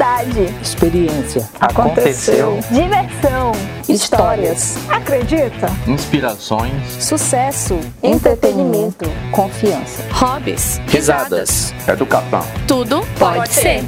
Novidade. Experiência. Aconteceu. Diversão. Histórias. Acredita? Inspirações. Sucesso. Entretenimento. Confiança. Hobbies. Risadas. Educação. Tudo pode ser.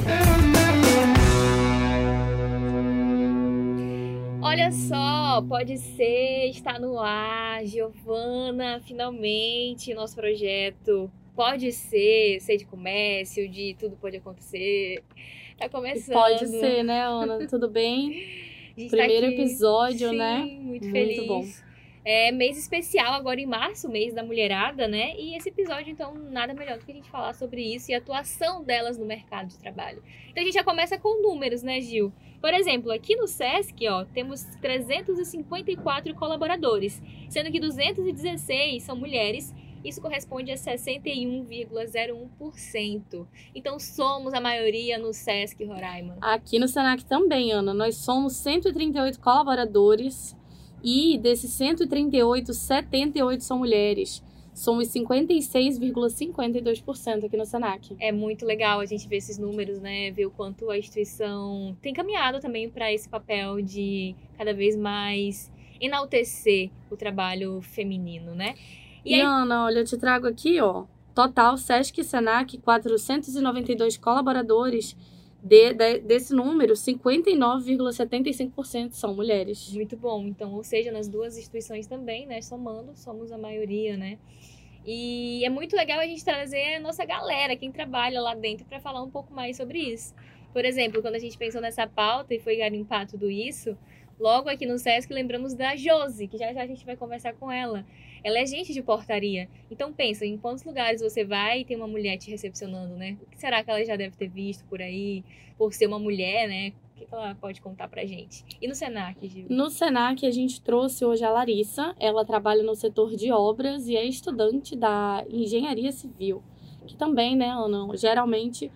Olha só, pode ser, está no ar, Giovana, finalmente, nosso projeto Pode Ser, sei de comércio, de tudo pode acontecer, tá começando. Pode ser, né, Ana? Tudo bem? Primeiro episódio, sim, né? Muito feliz. Muito bom. É mês especial agora em março, mês da mulherada, né? E esse episódio, então, nada melhor do que a gente falar sobre isso e a atuação delas no mercado de trabalho. Então a gente já começa com números, né, Gil? Por exemplo, aqui no SESC, ó, temos 354 colaboradores, sendo que 216 são mulheres. Isso corresponde a 61,01%. Então, somos a maioria no SESC, Roraima. Aqui no Senac também, Ana. Nós somos 138 colaboradores e desses 138, 78 são mulheres. Somos 56,52% aqui no Senac. É muito legal a gente ver esses números, né? Ver o quanto a instituição tem caminhado também para esse papel de cada vez mais enaltecer o trabalho feminino, né? E aí... Ana, olha, eu te trago aqui, ó, total Sesc e Senac, 492 colaboradores. Desse número, 59,75% são mulheres. Muito bom. Então, ou seja, nas duas instituições também, né? Somando, somos a maioria, né? E é muito legal a gente trazer a nossa galera, quem trabalha lá dentro, para falar um pouco mais sobre isso. Por exemplo, quando a gente pensou nessa pauta e foi garimpar tudo isso, logo aqui no SESC lembramos da Josi, que já a gente vai conversar com ela. Ela é agente de portaria. Então pensa, em quantos lugares você vai e tem uma mulher te recepcionando, né? O que será que ela já deve ter visto por aí, por ser uma mulher, né? O que ela pode contar pra gente? E no Senac, Gil? No Senac, a gente trouxe hoje a Larissa. Ela trabalha no setor de obras e é estudante da engenharia civil. Que também, né, Ana, geralmente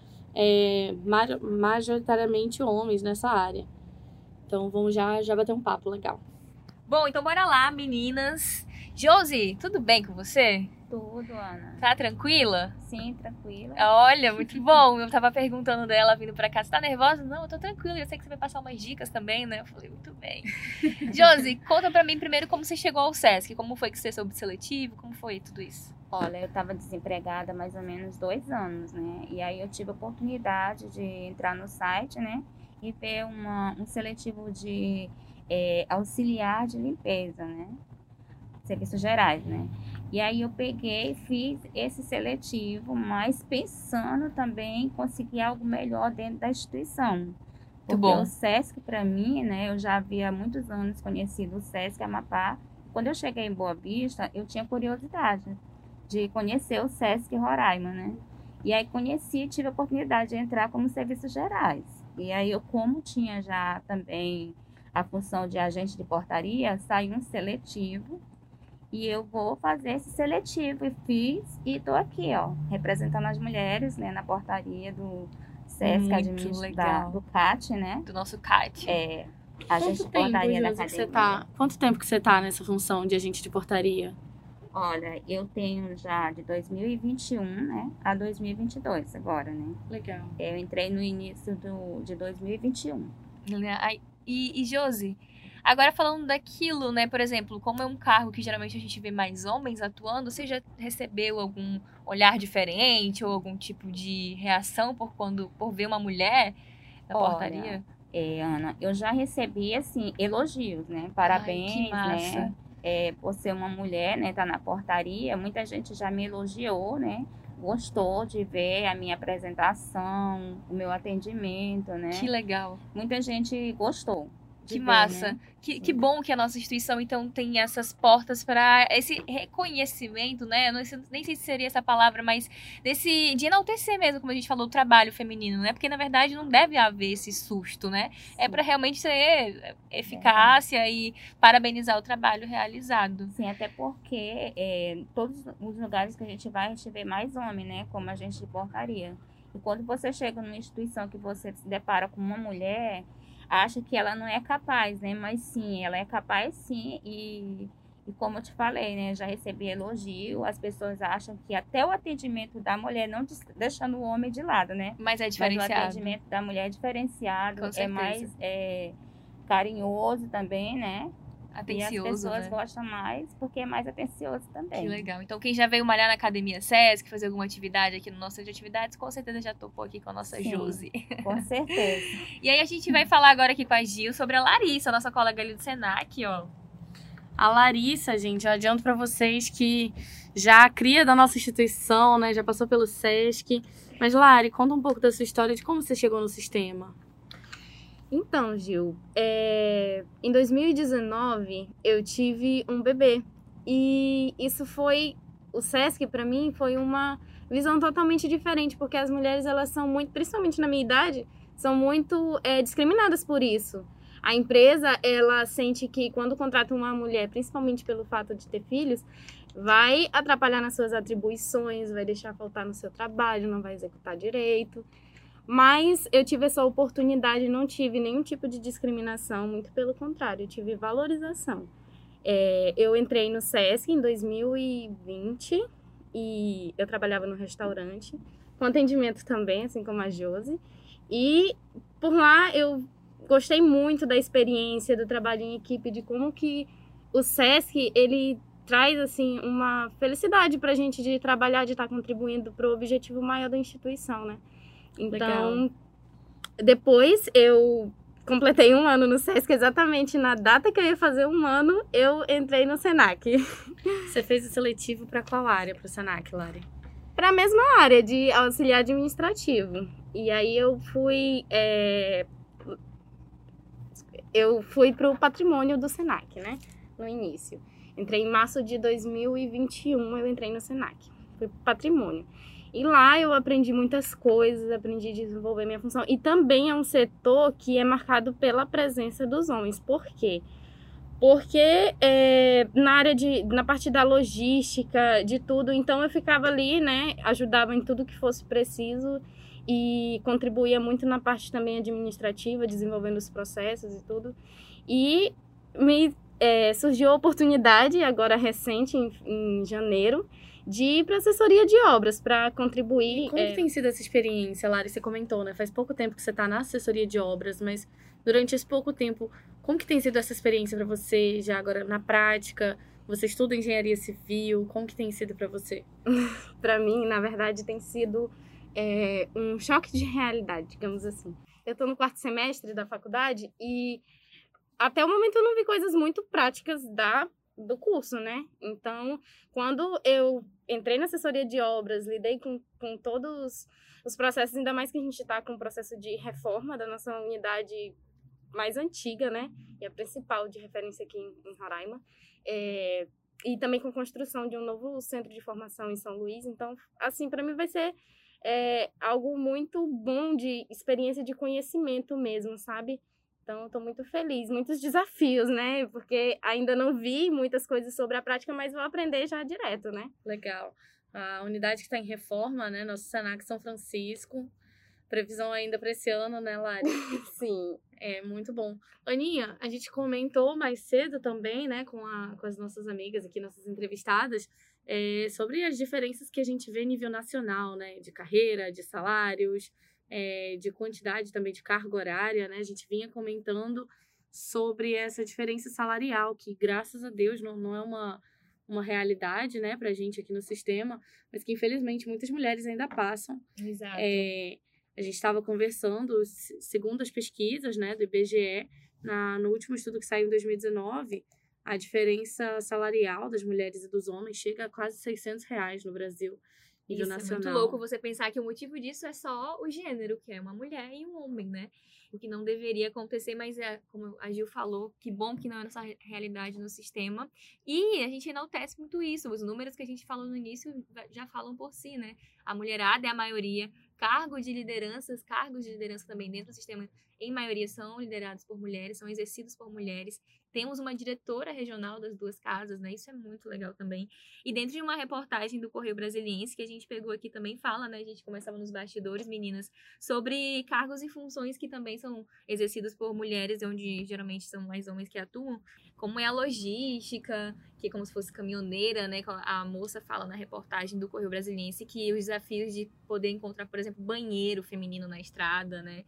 é majoritariamente homens nessa área. Então vamos já bater um papo legal. Bom, então bora lá, meninas. Josi, tudo bem com você? Tudo, Ana. Tá tranquila? Sim, tranquila. Olha, muito bom. Eu tava perguntando dela vindo pra cá, você tá nervosa? Não, eu tô tranquila, eu sei que você vai passar umas dicas também, né? Eu falei, muito bem. Josi, conta pra mim primeiro como você chegou ao SESC, como foi que você soube seletivo, como foi tudo isso? Olha, eu tava desempregada há mais ou menos 2 anos, né? E aí eu tive a oportunidade de entrar no site, né? E ver um seletivo de auxiliar de limpeza, né? Serviços gerais, né? E aí eu peguei e fiz esse seletivo, mas pensando também em conseguir algo melhor dentro da instituição. Porque o SESC, para mim, né? Eu já havia há muitos anos conhecido o SESC Amapá. Quando eu cheguei em Boa Vista, eu tinha curiosidade de conhecer o SESC Roraima, né? E aí conheci e tive a oportunidade de entrar como serviços gerais. E aí eu, como tinha já também a função de agente de portaria, saiu um seletivo. E eu vou fazer esse seletivo, e fiz, e tô aqui, ó, representando as mulheres, né, na portaria do SESC, do CAT, né? Do nosso CAT. Agente de portaria da academia. Quanto tempo que você tá nessa função de agente de portaria? Olha, eu tenho já de 2021, né, a 2022 agora, né? Legal. Eu entrei no início de 2021. E Josi, agora falando daquilo, né, por exemplo, como é um cargo que geralmente a gente vê mais homens atuando, você já recebeu algum olhar diferente ou algum tipo de reação por ver uma mulher na portaria? Ana, eu já recebi, assim, elogios, né, parabéns, que massa. né, por ser uma mulher, né, tá na portaria, muita gente já me elogiou, né, gostou de ver a minha apresentação, o meu atendimento, né. Que legal. Muita gente gostou. Que massa. Né? Que bom que a nossa instituição, então, tem essas portas para esse reconhecimento, né? Eu nem sei se seria essa palavra, mas de enaltecer mesmo, como a gente falou, o trabalho feminino, né? Porque, na verdade, não deve haver esse susto, né? Sim. É para realmente ser eficácia e parabenizar o trabalho realizado. Sim, até porque todos os lugares que a gente vai, a gente vê mais homem, né? Como agente de portaria. E quando você chega numa instituição que você se depara com uma mulher, acha que ela não é capaz, né? Mas sim, ela é capaz sim, e E como eu te falei, né, já recebi elogio, as pessoas acham que até o atendimento da mulher, não deixando o homem de lado, né? Mas é Mas o diferenciado. atendimento da mulher é diferenciado, Com é certeza. mais carinhoso também, né? E as Atencioso, pessoas né? gostam mais porque é mais atencioso também. Que legal. Então, quem já veio malhar na Academia Sesc, fazer alguma atividade aqui no nosso centro de atividades, com certeza já topou aqui com a nossa Sim. Josi. Com certeza. E aí, a gente vai falar agora aqui com a Gil sobre a Larissa, nossa colega ali do Senac, ó. A Larissa, gente, eu adianto pra vocês que já é cria da nossa instituição, né? Já passou pelo SESC. Mas, Lari, conta um pouco da sua história, de como você chegou no sistema. Então, Gil, em 2019 eu tive um bebê e isso foi, o SESC para mim foi uma visão totalmente diferente, porque as mulheres elas são muito, principalmente na minha idade, são muito discriminadas por isso. A empresa, ela sente que quando contrata uma mulher, principalmente pelo fato de ter filhos, vai atrapalhar nas suas atribuições, vai deixar faltar no seu trabalho, não vai executar direito. Mas eu tive essa oportunidade, não tive nenhum tipo de discriminação, muito pelo contrário, eu tive valorização. Eu entrei no SESC em 2020 e eu trabalhava no restaurante, com atendimento também, assim como a Josi. E por lá eu gostei muito da experiência, do trabalho em equipe, de como que o SESC, ele traz assim uma felicidade pra gente de trabalhar, de estar contribuindo para o objetivo maior da instituição, né? Então, Legal. depois eu completei 1 ano no SESC, exatamente na data que eu ia fazer 1 ano, eu entrei no Senac. Você fez o seletivo pra qual área, pro Senac, Lari? Para a mesma área de auxiliar administrativo. E aí eu fui para o patrimônio do Senac, né? No início. Entrei em março de 2021, eu entrei no Senac. Fui pro patrimônio. E lá eu aprendi muitas coisas, aprendi a desenvolver minha função. E também é um setor que é marcado pela presença dos homens. Por quê? Porque na parte da logística, de tudo, então eu ficava ali, né, ajudava em tudo que fosse preciso e contribuía muito na parte também administrativa, desenvolvendo os processos e tudo. E me surgiu a oportunidade, agora recente, em janeiro, de ir para assessoria de obras, para contribuir. E como que tem sido essa experiência, Lari? Você comentou, né? Faz pouco tempo que você está na assessoria de obras, mas durante esse pouco tempo, como que tem sido essa experiência para você, já agora na prática? Você estuda engenharia civil, como que tem sido para você? Para mim, na verdade, tem sido um choque de realidade, digamos assim. Eu estou no 4º semestre da faculdade e até o momento eu não vi coisas muito práticas do curso, né? Então, quando eu entrei na assessoria de obras, lidei com todos os processos, ainda mais que a gente está com um processo de reforma da nossa unidade mais antiga, né? E a principal de referência aqui em Roraima. E também com construção de um novo centro de formação em São Luís. Então, assim, para mim vai ser algo muito bom de experiência de conhecimento mesmo, sabe? Então, eu estou muito feliz. Muitos desafios, né? Porque ainda não vi muitas coisas sobre a prática, mas vou aprender já direto, né? Legal. A unidade que está em reforma, né? Nosso Senac São Francisco. Previsão ainda para esse ano, né, Lari? Sim. É muito bom. Aninha, a gente comentou mais cedo também, né, com as nossas amigas aqui, nossas entrevistadas, sobre as diferenças que a gente vê a nível nacional, né? De carreira, de salários, de quantidade também de carga horária, né? A gente vinha comentando sobre essa diferença salarial, que graças a Deus não é uma realidade, né, pra gente aqui no sistema, mas que infelizmente muitas mulheres ainda passam. Exato. A gente estava conversando, segundo as pesquisas, né, do IBGE, no último estudo que saiu em 2019, a diferença salarial das mulheres e dos homens chega a quase R$600 no Brasil. Isso é muito louco você pensar que o motivo disso é só o gênero, que é uma mulher e um homem, né? O que não deveria acontecer, mas como a Gil falou, que bom que não é nossa realidade no sistema. E a gente enaltece muito isso. Os números que a gente falou no início já falam por si, né? A mulherada é a maioria. Cargos de liderança também dentro do sistema, em maioria, são liderados por mulheres, são exercidos por mulheres. Temos uma diretora regional das 2 casas, né? Isso é muito legal também. E dentro de uma reportagem do Correio Brasiliense, que a gente pegou aqui também fala, né? A gente começava nos bastidores, meninas, sobre cargos e funções que também são exercidos por mulheres, onde geralmente são mais homens que atuam, como é a logística, que é como se fosse caminhoneira, né? A moça fala na reportagem do Correio Brasiliense que os desafios de poder encontrar, por exemplo, banheiro feminino na estrada, né?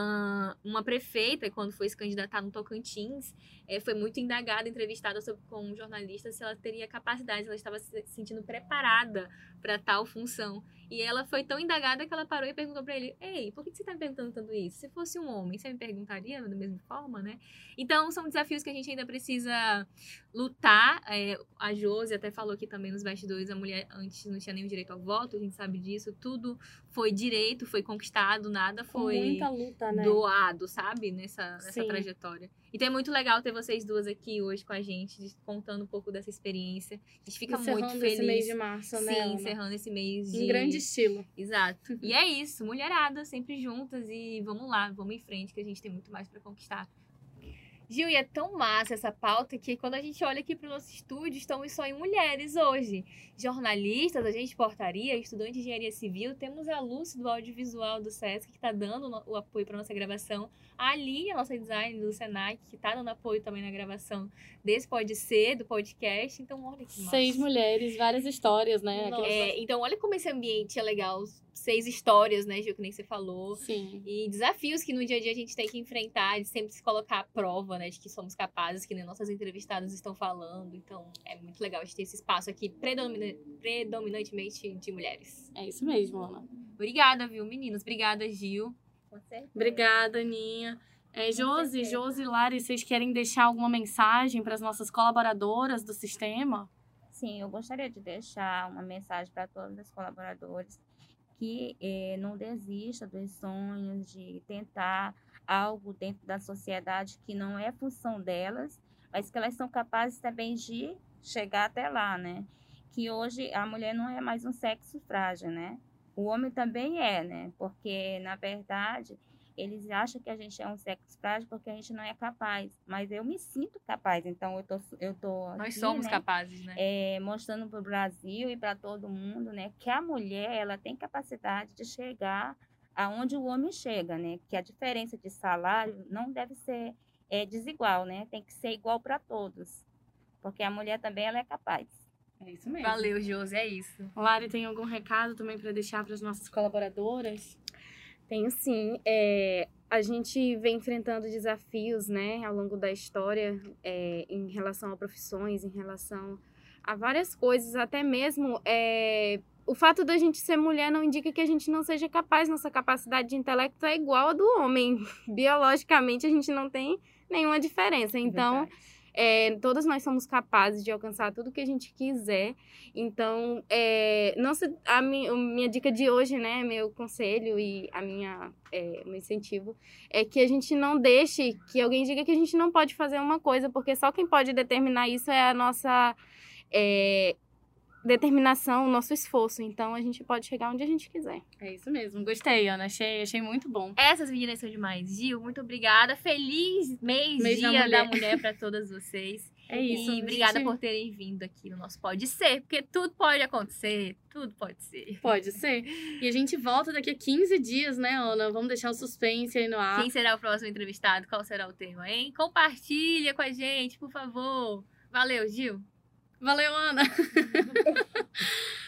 Uma prefeita, quando foi se candidatar no Tocantins, foi muito indagada, entrevistada com um jornalista se ela teria capacidade, se ela estava se sentindo preparada para tal função. E ela foi tão indagada que ela parou e perguntou para ele: ei, por que você está me perguntando tanto isso? Se fosse um homem, você me perguntaria da mesma forma, né? Então, são desafios que a gente ainda precisa lutar. A Josi até falou aqui também nos bastidores, a mulher antes não tinha nenhum direito ao voto, a gente sabe disso, tudo foi direito, foi conquistado, nada foi Com muita luta, né? doado, sabe? Nessa trajetória. Então é muito legal ter vocês duas aqui hoje com a gente, contando um pouco dessa experiência. A gente fica muito feliz. Esse mês de março, né? Sim, encerrando esse mês de... Em grande estilo. Exato. E é isso, mulherada, sempre juntas e vamos lá, vamos em frente que a gente tem muito mais pra conquistar. Gil, e é tão massa essa pauta que quando a gente olha aqui para o nosso estúdio, estamos só em mulheres hoje. Jornalistas, agente de portaria, estudante de engenharia civil, temos a Lúcia do audiovisual do SESC, que está dando o apoio para nossa gravação. A Ali, a nossa designer do Senac, que está dando apoio também na gravação desse Pode Ser, do podcast. Então, olha que massa. 6 mulheres, várias histórias, né? Então, olha como esse ambiente é legal. 6 histórias, né, Gil, que nem você falou. Sim. E desafios que no dia a dia a gente tem que enfrentar, de sempre se colocar à prova, né, de que somos capazes, que nem nossas entrevistadas estão falando. Então, é muito legal a gente ter esse espaço aqui predominantemente de mulheres. É isso mesmo, Ana. Obrigada, viu, meninos? Obrigada, Gil. Com certeza. Obrigada, Aninha. Josi e Lari, vocês querem deixar alguma mensagem para as nossas colaboradoras do sistema? Sim, eu gostaria de deixar uma mensagem para todos os colaboradores que não desista dos sonhos, de tentar algo dentro da sociedade que não é função delas, mas que elas são capazes também de chegar até lá, né? Que hoje a mulher não é mais um sexo frágil, né? O homem também é, né? Porque, na verdade, eles acham que a gente é um sexo frágil porque a gente não é capaz. Mas eu me sinto capaz, então eu tô Nós aqui, somos né? capazes, né? Mostrando para o Brasil e para todo mundo, né, que a mulher ela tem capacidade de chegar aonde o homem chega, né, que a diferença de salário não deve ser desigual, né, tem que ser igual para todos, porque a mulher também ela é capaz. É isso mesmo. Valeu, Josi, é isso. Lari, tem algum recado também para deixar para as nossas colaboradoras? Tenho sim. A gente vem enfrentando desafios, né, ao longo da história, em relação a profissões, em relação a várias coisas, até mesmo o fato da gente ser mulher não indica que a gente não seja capaz, nossa capacidade de intelecto é igual a do homem. Biologicamente, a gente não tem nenhuma diferença. Então, todas nós somos capazes de alcançar tudo que a gente quiser. Então, a minha dica de hoje, né, meu conselho e meu incentivo é que a gente não deixe que alguém diga que a gente não pode fazer uma coisa, porque só quem pode determinar isso é a nossa determinação, o nosso esforço. Então, a gente pode chegar onde a gente quiser. É isso mesmo. Gostei, Ana. Achei muito bom. Essas meninas são demais. Gil, muito obrigada. Feliz mês Dia da Mulher para todas vocês. É isso. E obrigada por terem vindo aqui no nosso Pode Ser, porque tudo pode acontecer, tudo pode ser. Pode ser. E a gente volta daqui a 15 dias, né, Ana? Vamos deixar o suspense aí no ar. Quem será o próximo entrevistado? Qual será o tema, hein? Compartilha com a gente, por favor. Valeu, Gil. Valeu, Ana.